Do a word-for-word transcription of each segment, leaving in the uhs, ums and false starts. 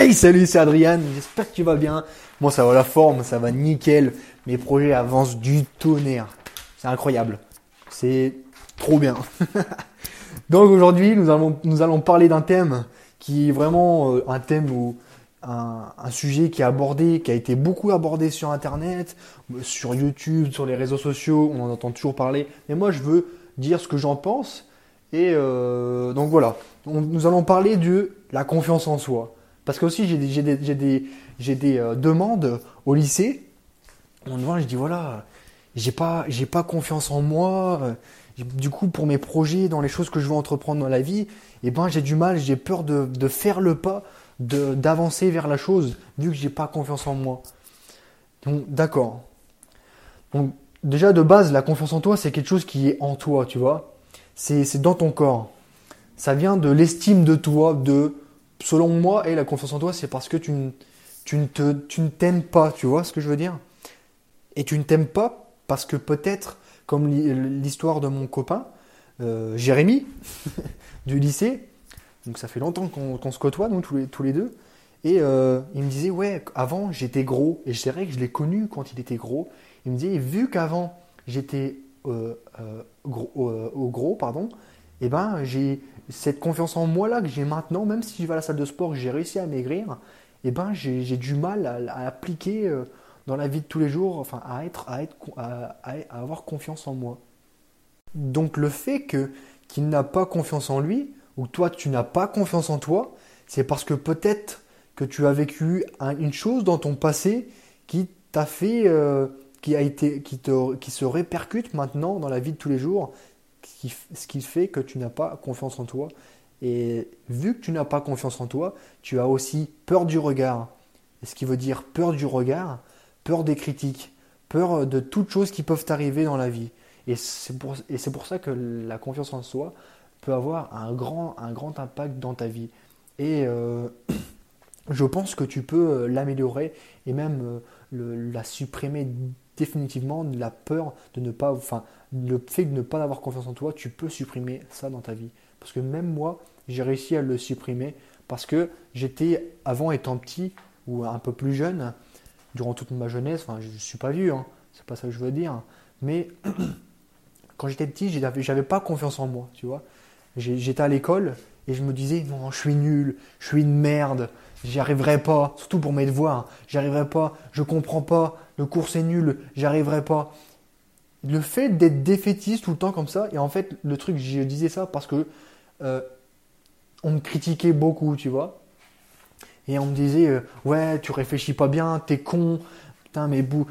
Hey, salut, c'est Adrien, j'espère que tu vas bien. Moi, ça va la forme, ça va nickel. Mes projets avancent du tonnerre. C'est incroyable. C'est trop bien. Donc aujourd'hui, nous allons, nous allons parler d'un thème qui est vraiment euh, un thème ou un, un sujet qui est abordé, qui a été beaucoup abordé sur Internet, sur YouTube, sur les réseaux sociaux. On en entend toujours parler. Mais moi, je veux dire ce que j'en pense. Et euh, donc voilà, On- nous allons parler de la confiance en soi. Parce que aussi, j'ai des, j'ai des, j'ai des, j'ai des euh, demandes au lycée. On me voit, je dis voilà, j'ai pas, j'ai pas confiance en moi. euh, j'ai- Du coup, pour mes projets, dans les choses que je veux entreprendre dans la vie, eh ben, j'ai du mal, j'ai peur de, de faire le pas, de, d'avancer vers la chose, vu que j'ai pas confiance en moi. Donc, d'accord. Donc, déjà, de base, la confiance en toi, c'est quelque chose qui est en toi, tu vois. C'est, c'est dans ton corps. Ça vient de l'estime de toi, de, selon moi, et la confiance en toi, c'est parce que tu, ne- tu ne te, tu ne t'aimes pas, tu vois ce que je veux dire? Et tu ne t'aimes pas parce que peut-être, comme l'hi- l'histoire de mon copain, euh, Jérémy, du lycée, donc ça fait longtemps qu'on qu'on se côtoie, nous, tous les, tous les deux, et euh, il me disait, ouais, avant, j'étais gros, et c'est vrai que je l'ai connu quand il était gros, il me disait, vu qu'avant, j'étais euh, euh, gros, euh, au gros, pardon, et ben, j'ai cette confiance en moi là que j'ai maintenant, même si je vais à la salle de sport, que j'ai réussi à maigrir, et ben, j'ai j'ai du mal à, à appliquer euh, dans la vie de tous les jours, enfin, à être, à être, à, à- à avoir confiance en moi. Donc le fait que qu'il n'a pas confiance en lui, ou toi tu n'as pas confiance en toi, c'est parce que peut-être que tu as vécu un- une chose dans ton passé qui t'a fait, euh, qui a été, qui te, qui se répercute maintenant dans la vie de tous les jours, qui f- ce qui fait que tu n'as pas confiance en toi. Et vu que tu n'as pas confiance en toi, tu as aussi peur du regard. Et ce qui veut dire peur du regard, peur des critiques, peur de toutes choses qui peuvent t'arriver dans la vie. Et c'est pour, et c'est pour ça que la confiance en soi peut avoir un grand, un grand impact dans ta vie. Et euh, je pense que tu peux euh, l'améliorer et même euh, le- la supprimer définitivement, la peur de ne pas, enfin, le fait de ne pas avoir confiance en toi, tu peux supprimer ça dans ta vie. Parce que même moi, j'ai réussi à le supprimer parce que j'étais, avant étant petit ou un peu plus jeune, durant toute ma jeunesse, enfin, je ne suis pas vieux, hein, c'est pas ça que je veux dire, mais quand j'étais petit, j'avais, j'avais pas confiance en moi, tu vois. J'ai- J'étais à l'école et je me disais, non, je suis nul, je suis une merde, j'y arriverai pas, surtout pour mes devoirs, j'y arriverai pas, je comprends pas, le cours c'est nul, j'y arriverai pas. Le fait d'être défaitiste tout le temps comme ça, et en fait, le truc, je disais ça parce que euh, on me critiquait beaucoup, tu vois. Et on me disait, euh, ouais, tu réfléchis pas bien, t'es con, putain, mais bou,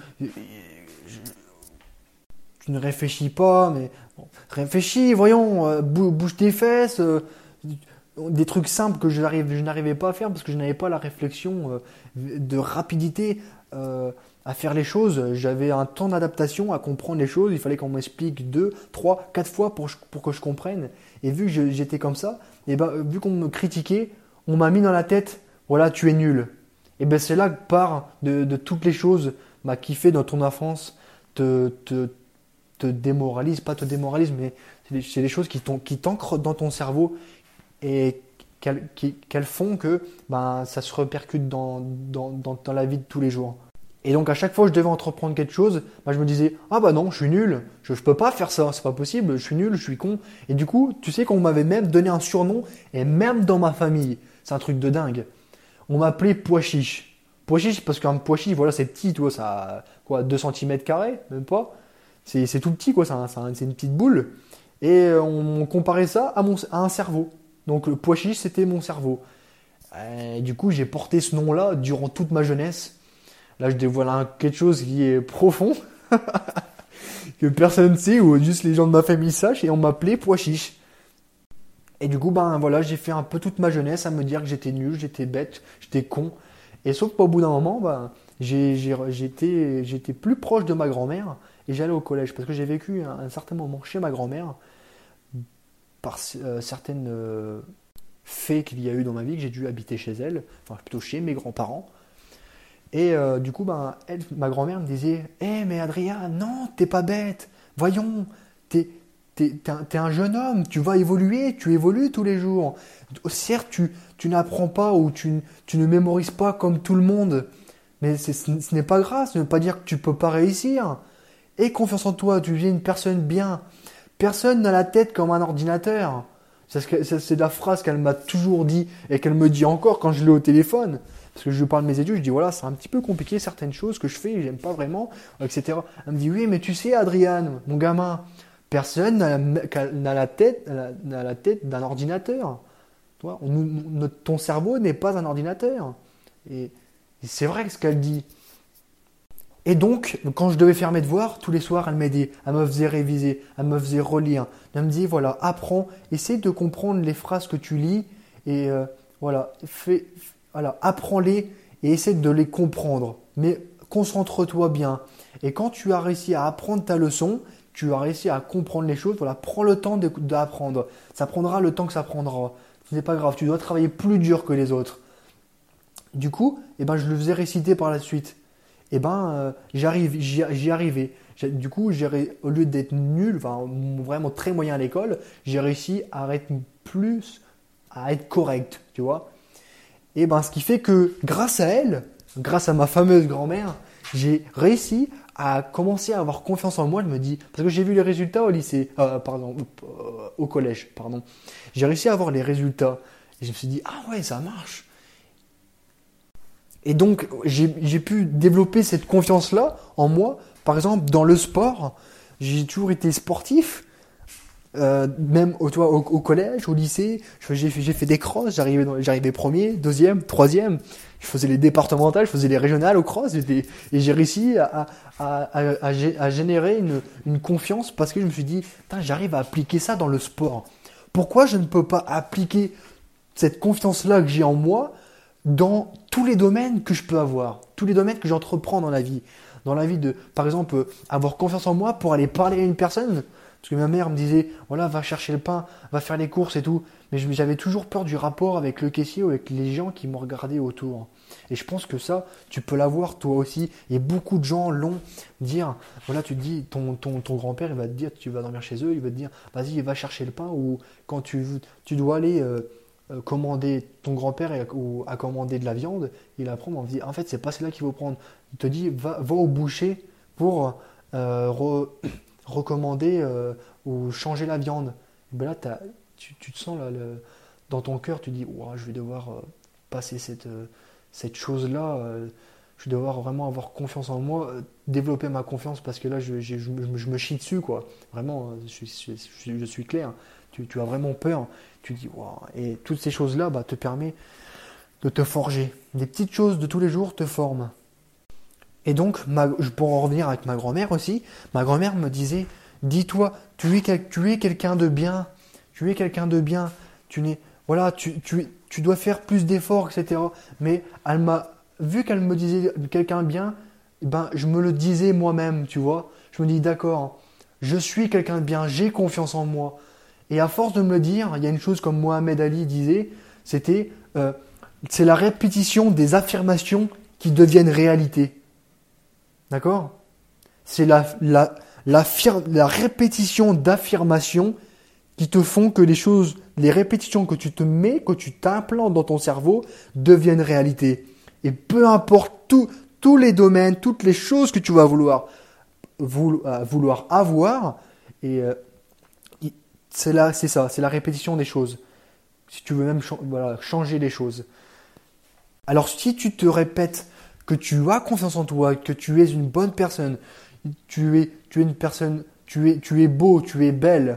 tu ne réfléchis pas, mais bon, réfléchis, voyons, euh, bou- bouge tes fesses, euh, des trucs simples que je n'arrive- je n'arrivais pas à faire parce que je n'avais pas la réflexion euh, de rapidité euh, à faire les choses. J'avais un temps d'adaptation à comprendre les choses. Il fallait qu'on m'explique deux, trois, quatre fois pour, pour que je comprenne. Et vu que je- j'étais comme ça, et ben, vu qu'on me critiquait, on m'a mis dans la tête, voilà, tu es nul. Et ben c'est là que part de, de toutes les choses bah, qui fait dans ton enfance te, te, te démoralise, pas te démoralise, mais c'est des, c'est des choses qui t'en- qui t'ancrent dans ton cerveau et qu'elles qui- qu'elles font que ben, ça se répercute dans, dans, dans, dans la vie de tous les jours. Et donc à chaque fois que je devais entreprendre quelque chose, ben, je me disais ah bah non, je suis nul, je, je peux pas faire ça, c'est pas possible, je suis nul, je suis con. Et du coup, tu sais qu'on m'avait même donné un surnom, et même dans ma famille, c'est un truc de dingue. On m'appelait pois chiche. Pois chiche parce qu'un pois chiche, voilà, c'est petit, tu vois, ça a quoi, deux centimètres carrés, même pas. C'est c'est tout petit, quoi, c'est un- c'est un- c'est une petite boule. Et euh, on comparait ça à, mon, à un cerveau. Donc le pois chiche, c'était mon cerveau. Et du coup, j'ai porté ce nom-là durant toute ma jeunesse. Là, je dévoile un- quelque chose qui est profond, que personne ne sait, ou juste les gens de ma famille sachent, et on m'appelait pois chiche. Et du coup, ben voilà, j'ai fait un peu toute ma jeunesse à me dire que j'étais nul, j'étais bête, j'étais con. Et sauf qu'au bout d'un moment, ben, j'ai- j'ai- j'étais j'étais plus proche de ma grand-mère et j'allais au collège parce que j'ai vécu un, un certain moment chez ma grand-mère par euh, certaines euh, faits qu'il y a eu dans ma vie que j'ai dû habiter chez elle, enfin plutôt chez mes grands-parents. Et euh, du coup, ben, elle, ma grand-mère me disait, hé mais Adrien, non, t'es pas bête, voyons, t'es t'es, t'es, un, t'es un jeune homme, tu vas évoluer, tu évolues tous les jours. Certes, tu, tu n'apprends pas ou tu, tu ne mémorises pas comme tout le monde, mais c'est, ce n'est pas grave, ça ne veut pas dire que tu ne peux pas réussir. Aie confiance en toi, tu es une personne bien. Personne n'a la tête comme un ordinateur. C'est, ce que, c'est la phrase qu'elle m'a toujours dit et qu'elle me dit encore quand je l'ai au téléphone. Parce que je lui parle de mes études, je dis voilà, c'est un petit peu compliqué certaines choses que je fais, j'aime pas vraiment, et cetera. Elle me dit oui, mais tu sais, Adrien, mon gamin, personne n'a la, n'a la tête, n'a la tête d'un ordinateur. Toi, on, notre, ton cerveau n'est pas un ordinateur. Et, et c'est vrai ce qu'elle dit. Et donc, quand je devais faire mes devoirs, tous les soirs, elle m'aidait, elle me faisait réviser, elle me faisait relire. Elle me dit voilà, apprends, essaie de comprendre les phrases que tu lis et euh, voilà, fais. Voilà, apprends-les et essaie de les comprendre. Mais concentre-toi bien. Et quand tu as réussi à apprendre ta leçon, tu as réussi à comprendre les choses, voilà, prends le temps d'apprendre. Ça prendra le temps que ça prendra. Ce n'est pas grave, tu dois travailler plus dur que les autres. Du coup, eh ben, je le faisais réciter par la suite. Eh ben, euh, j'arrive, j'y, j'y arrivais. Du coup, j'ai, au lieu d'être nul, enfin, vraiment très moyen à l'école, j'ai réussi à être plus, à être correct, tu vois. Et ben, ce qui fait que grâce à elle, grâce à ma fameuse grand-mère, j'ai réussi à commencer à avoir confiance en moi. Je me dis, parce que j'ai vu les résultats au lycée, euh, pardon, euh, au collège, pardon. J'ai réussi à avoir les résultats. Et je me suis dit, ah ouais, ça marche. Et donc, j'ai, j'ai pu développer cette confiance-là en moi. Par exemple, dans le sport, j'ai toujours été sportif. Euh, même au, toi, au, au collège, au lycée, j'ai fait, j'ai fait des crosses, j'arrivais, dans, j'arrivais premier, deuxième, troisième, je faisais les départementales, je faisais les régionales au cross, et j'ai réussi à, à, à, à, à générer une, une confiance parce que je me suis dit, j'arrive à appliquer ça dans le sport. Pourquoi je ne peux pas appliquer cette confiance-là que j'ai en moi dans tous les domaines que je peux avoir, tous les domaines que j'entreprends dans la vie, dans la vie de, par exemple, avoir confiance en moi pour aller parler à une personne. Parce que ma mère me disait, voilà, va chercher le pain, va faire les courses et tout. Mais j'avais toujours peur du rapport avec le caissier ou avec les gens qui me regardaient autour. Et je pense que ça, tu peux l'avoir toi aussi. Et beaucoup de gens l'ont. Dire, voilà, tu te dis, ton, ton, ton grand-père, il va te dire, tu vas dormir chez eux, il va te dire, vas-y, va chercher le pain. Ou quand tu, tu dois aller euh, commander, ton grand-père a, ou, a commandé de la viande, il apprend, on dit, en fait, c'est pas celle-là qu'il faut prendre. Il te dit, va, va au boucher pour... Euh, re, recommander euh, ou changer la viande. Et ben là, tu, tu te sens là, le, dans ton cœur, tu dis wow, je vais devoir euh, passer cette, euh, cette chose-là. Euh, je vais devoir vraiment avoir confiance en moi, euh, développer ma confiance parce que là, je, je, je, je me chie dessus. Quoi. Vraiment, je, je, je, je suis clair. Tu, tu as vraiment peur. Tu dis wow. Et toutes ces choses-là bah, te permettent de te forger. Des petites choses de tous les jours te forment. Et donc, ma, pour en revenir avec ma grand-mère aussi, ma grand-mère me disait, dis-toi, tu es, quel, tu es quelqu'un de bien, tu es quelqu'un de bien, tu n'es, voilà, tu, tu, tu dois faire plus d'efforts, et cetera. Mais elle m'a, vu qu'elle me disait quelqu'un de bien, ben, je me le disais moi-même, tu vois. Je me dis, d'accord, je suis quelqu'un de bien, j'ai confiance en moi. Et à force de me le dire, il y a une chose comme Mohamed Ali disait, c'était, euh, c'est la répétition des affirmations qui deviennent réalité. D'accord ? C'est la, la, la, la répétition d'affirmations qui te font que les choses, les répétitions que tu te mets, que tu t'implantes dans ton cerveau, deviennent réalité. Et peu importe tout, tous les domaines, toutes les choses que tu vas vouloir, vouloir, vouloir avoir, et euh, c'est, là, c'est ça, c'est la répétition des choses. Si tu veux même voilà, changer les choses. Alors si tu te répètes que tu as confiance en toi, que tu es une bonne personne, tu es, tu es une personne, tu es, tu es beau, tu es belle.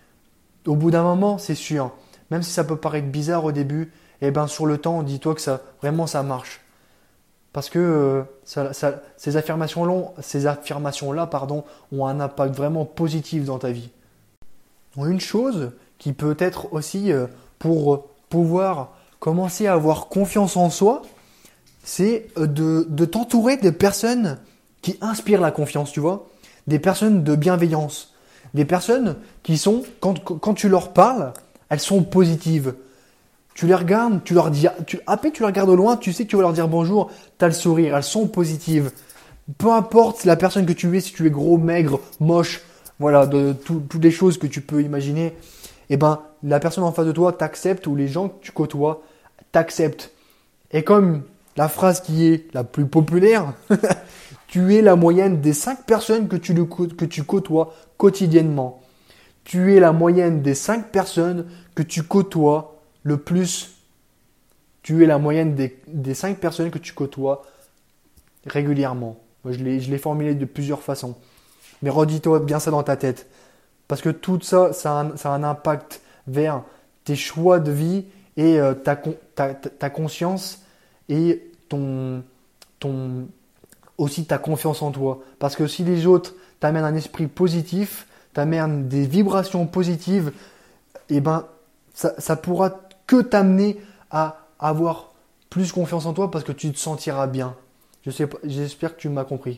Au bout d'un moment, c'est sûr, même si ça peut paraître bizarre au début, eh ben sur le temps, dis-toi que ça, vraiment ça marche. Parce que euh, ça, ça, ces affirmations-là, ces affirmations-là, pardon, ont un impact vraiment positif dans ta vie. Donc, une chose qui peut être aussi euh, pour pouvoir commencer à avoir confiance en soi, c'est de, de t'entourer des personnes qui inspirent la confiance, tu vois, des personnes de bienveillance, des personnes qui sont, quand, quand tu leur parles, elles sont positives. Tu les regardes, tu leur dis, tu, après tu les regardes au loin, tu sais que tu vas leur dire bonjour, tu as le sourire, elles sont positives. Peu importe la personne que tu es, si tu es gros, maigre, moche, voilà, de tout- toutes les choses que tu peux imaginer, eh ben, la personne en face de toi t'accepte ou les gens que tu côtoies t'acceptent. Et comme la phrase qui est la plus populaire, tu es la moyenne des cinq personnes que tu, le cô- que tu côtoies quotidiennement. Tu es la moyenne des cinq personnes que tu côtoies le plus. Tu es la moyenne des, des cinq personnes que tu côtoies régulièrement. Moi, je l'ai, je l'ai formulé de plusieurs façons. Mais redis-toi bien ça dans ta tête. Parce que tout ça, ça a un, ça a un impact vers tes choix de vie et euh, ta, con- ta, ta, ta conscience et ton, ton, aussi ta confiance en toi. Parce que si les autres t'amènent un esprit positif, t'amènent des vibrations positives, eh ben, ça, ça pourra que t'amener à avoir plus confiance en toi parce que tu te sentiras bien. Je sais pas, j'espère que tu m'as compris.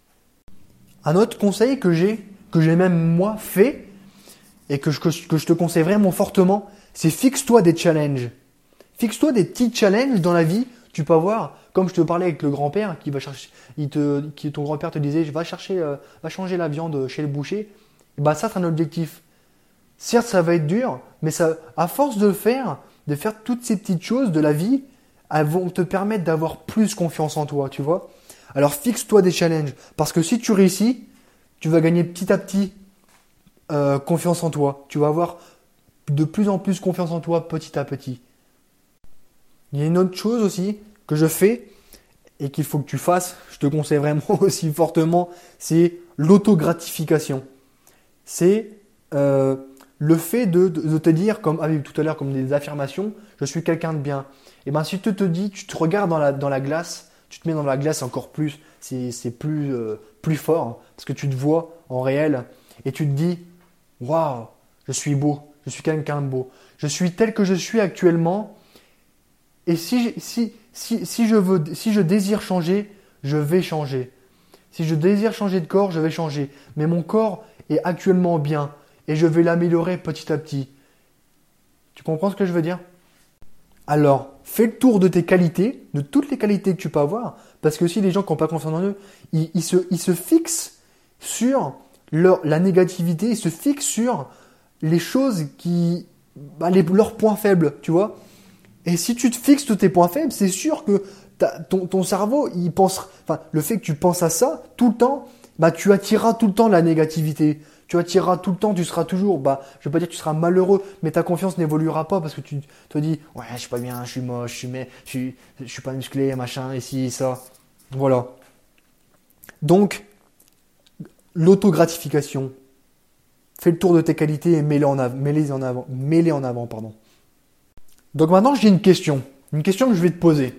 Un autre conseil que j'ai, que j'ai même moi fait, et que je, que, je- que je te conseille vraiment fortement, c'est fixe-toi des challenges. Fixe-toi des petits challenges dans la vie. Tu peux avoir, comme je te parlais avec le grand-père, qui va chercher, il te, qui, ton grand-père te disait, je vais chercher, euh, va changer la viande chez le boucher. Bah ça, c'est un objectif. Certes, ça va être dur, mais ça, à force de le faire, de faire toutes ces petites choses de la vie, elles vont te permettre d'avoir plus confiance en toi, tu vois. Alors fixe-toi des challenges, parce que si tu réussis, tu vas gagner petit à petit euh, confiance en toi. Tu vas avoir de plus en plus confiance en toi petit à petit. Il y a une autre chose aussi que je fais et qu'il faut que tu fasses, je te conseille vraiment aussi fortement, c'est l'autogratification. C'est euh, le fait de, de, de te dire, comme ah oui, tout à l'heure, comme des affirmations, je suis quelqu'un de bien. Et bien si tu te dis, tu te regardes dans la, dans la glace, tu te mets dans la glace encore plus, c'est, c'est plus, euh, plus fort, hein, parce que tu te vois en réel et tu te dis, waouh, je suis beau, je suis quelqu'un de beau, je suis tel que je suis actuellement. Et si, si, si, si, je veux, si je désire changer, je vais changer. Si je désire changer de corps, je vais changer. Mais mon corps est actuellement bien et je vais l'améliorer petit à petit. Tu comprends ce que je veux dire? Alors, fais le tour de tes qualités, de toutes les qualités que tu peux avoir, parce que si les gens qui n'ont pas confiance en eux, ils, ils, se, ils se fixent sur leur, la négativité, ils se fixent sur les choses qui, bah, les, leurs points faibles, tu vois. Et si tu te fixes tous tes points faibles, c'est sûr que ta- ton, ton cerveau, il pense, enfin, le fait que tu penses à ça tout le temps, bah, tu attireras tout le temps la négativité. Tu attireras tout le temps, tu seras toujours, bah, je vais pas dire que tu seras malheureux, mais ta confiance n'évoluera pas parce que tu te dis, ouais, je suis pas bien, je suis moche, je suis, mais, je suis, je suis pas musclé, machin, et ci, ça. Voilà. Donc, l'autogratification. Fais le tour de tes qualités et mets-les en avant, mets-les en avant, mets-les en avant, pardon. Donc maintenant, j'ai une question. Une question que je vais te poser.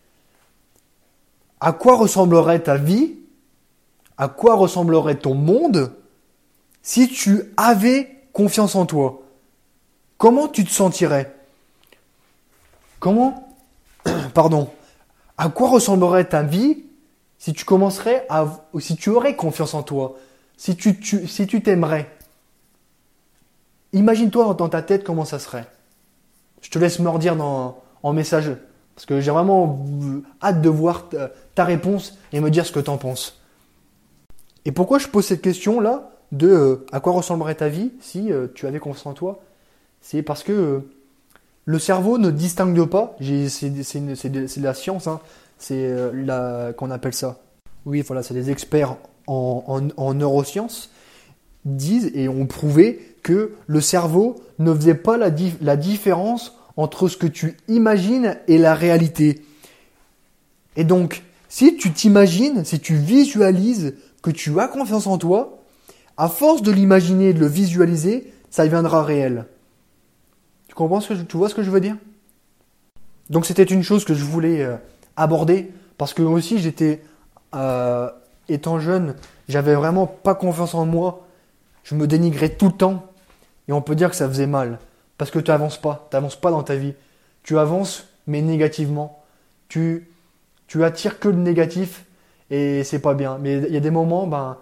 À quoi ressemblerait ta vie? À quoi ressemblerait ton monde si tu avais confiance en toi? Comment tu te sentirais? Comment, pardon, à quoi ressemblerait ta vie si tu commencerais à, si tu aurais confiance en toi? Si tu, tu, si tu t'aimerais? Imagine-toi dans ta tête comment ça serait. Je te laisse me redire dans, en message. Parce que j'ai vraiment hâte de voir ta, ta réponse et me dire ce que tu en penses. Et pourquoi je pose cette question-là de euh, à quoi ressemblerait ta vie si euh, tu avais confiance en toi? C'est parce que euh, le cerveau ne distingue pas. J'ai, c'est, c'est, une- c'est de, c'est de la science, hein. C'est euh, la, qu'on appelle ça. Oui, voilà, c'est des experts en, en, en neurosciences disent et ont prouvé que le cerveau ne faisait pas la, dif- la différence entre ce que tu imagines et la réalité. Et donc, si tu t'imagines, si tu visualises que tu as confiance en toi, à force de l'imaginer et de le visualiser, ça deviendra réel. Tu comprends ce que je, tu vois ce que je veux dire? Donc c'était une chose que je voulais euh, aborder parce que aussi j'étais, euh, étant jeune, j'avais vraiment pas confiance en moi. Je me dénigrais tout le temps et on peut dire que ça faisait mal parce que tu avances pas, tu avances pas dans ta vie. Tu avances mais négativement. Tu, tu attires que le négatif et c'est pas bien. Mais il y a des moments, ben,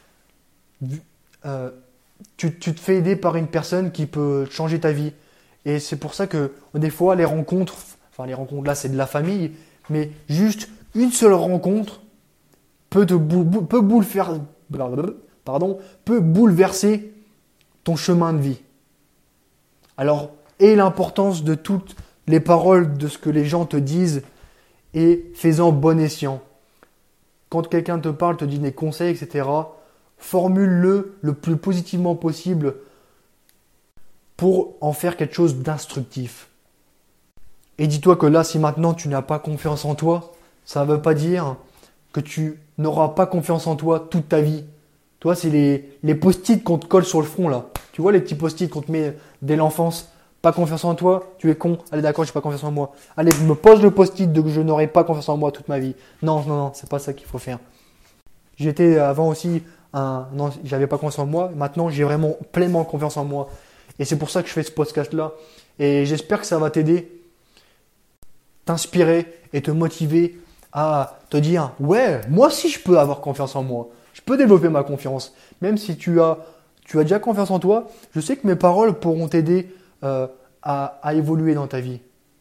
euh, tu, tu te fais aider par une personne qui peut changer ta vie. Et c'est pour ça que des fois les rencontres, enfin les rencontres là c'est de la famille, mais juste une seule rencontre peut te bou- bou- peut bouleverser, pardon, peut bouleverser ton chemin de vie. Alors, aie l'importance de toutes les paroles de ce que les gens te disent et fais-en bon escient. Quand quelqu'un te parle, te dit des conseils, et cetera, formule-le le plus positivement possible pour en faire quelque chose d'instructif. Et dis-toi que là, si maintenant tu n'as pas confiance en toi, ça ne veut pas dire que tu n'auras pas confiance en toi toute ta vie. Toi, c'est les, les post-it qu'on te colle sur le front là. Tu vois les petits post-it qu'on te met dès l'enfance. Pas confiance en toi, tu es con. Allez, d'accord, j'ai pas confiance en moi. Allez, je me pose le post-it de que je n'aurai pas confiance en moi toute ma vie. Non, non, non, c'est pas ça qu'il faut faire. J'étais avant aussi un, non, j'avais pas confiance en moi. Maintenant, j'ai vraiment pleinement confiance en moi. Et c'est pour ça que je fais ce podcast-là. Et j'espère que ça va t'aider, t'inspirer et te motiver à te dire « Ouais, moi aussi je peux avoir confiance en moi. Je peux développer ma confiance. » Même si tu as, tu as déjà confiance en toi, je sais que mes paroles pourront t'aider euh, à, à évoluer dans ta vie.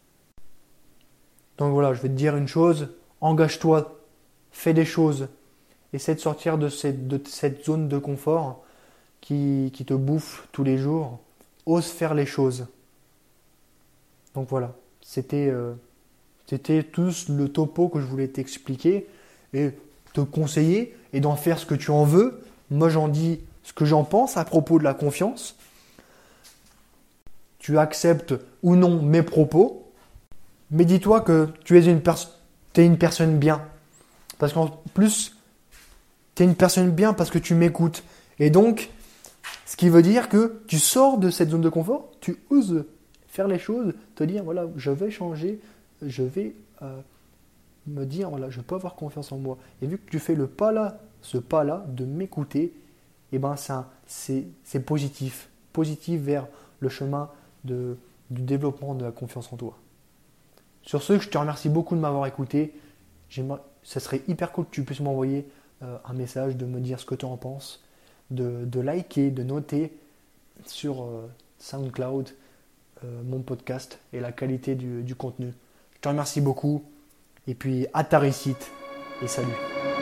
Donc voilà, je vais te dire une chose. Engage-toi, fais des choses. Essaie de sortir de cette, de cette zone de confort qui, qui te bouffe tous les jours. Ose faire les choses. Donc voilà, c'était... Euh, C'était tout le topo que je voulais t'expliquer et te conseiller et d'en faire ce que tu en veux. Moi, j'en dis ce que j'en pense à propos de la confiance. Tu acceptes ou non mes propos, mais dis-toi que tu es une, pers- t'es une personne bien. Parce qu'en plus, tu es une personne bien parce que tu m'écoutes. Et donc, ce qui veut dire que tu sors de cette zone de confort, tu oses faire les choses, te dire, voilà, je vais changer, je vais euh, me dire, voilà, je peux avoir confiance en moi. Et vu que tu fais le pas là, ce pas là, de m'écouter, eh ben ça, c'est, c'est positif. Positif vers le chemin de, du développement de la confiance en toi. Sur ce, je te remercie beaucoup de m'avoir écouté. Ça serait hyper cool que tu puisses m'envoyer euh, un message, de me dire ce que tu en penses, de, de liker, de noter sur euh, SoundCloud euh, mon podcast et la qualité du, du contenu. Je te remercie beaucoup et puis à ta réussite et salut.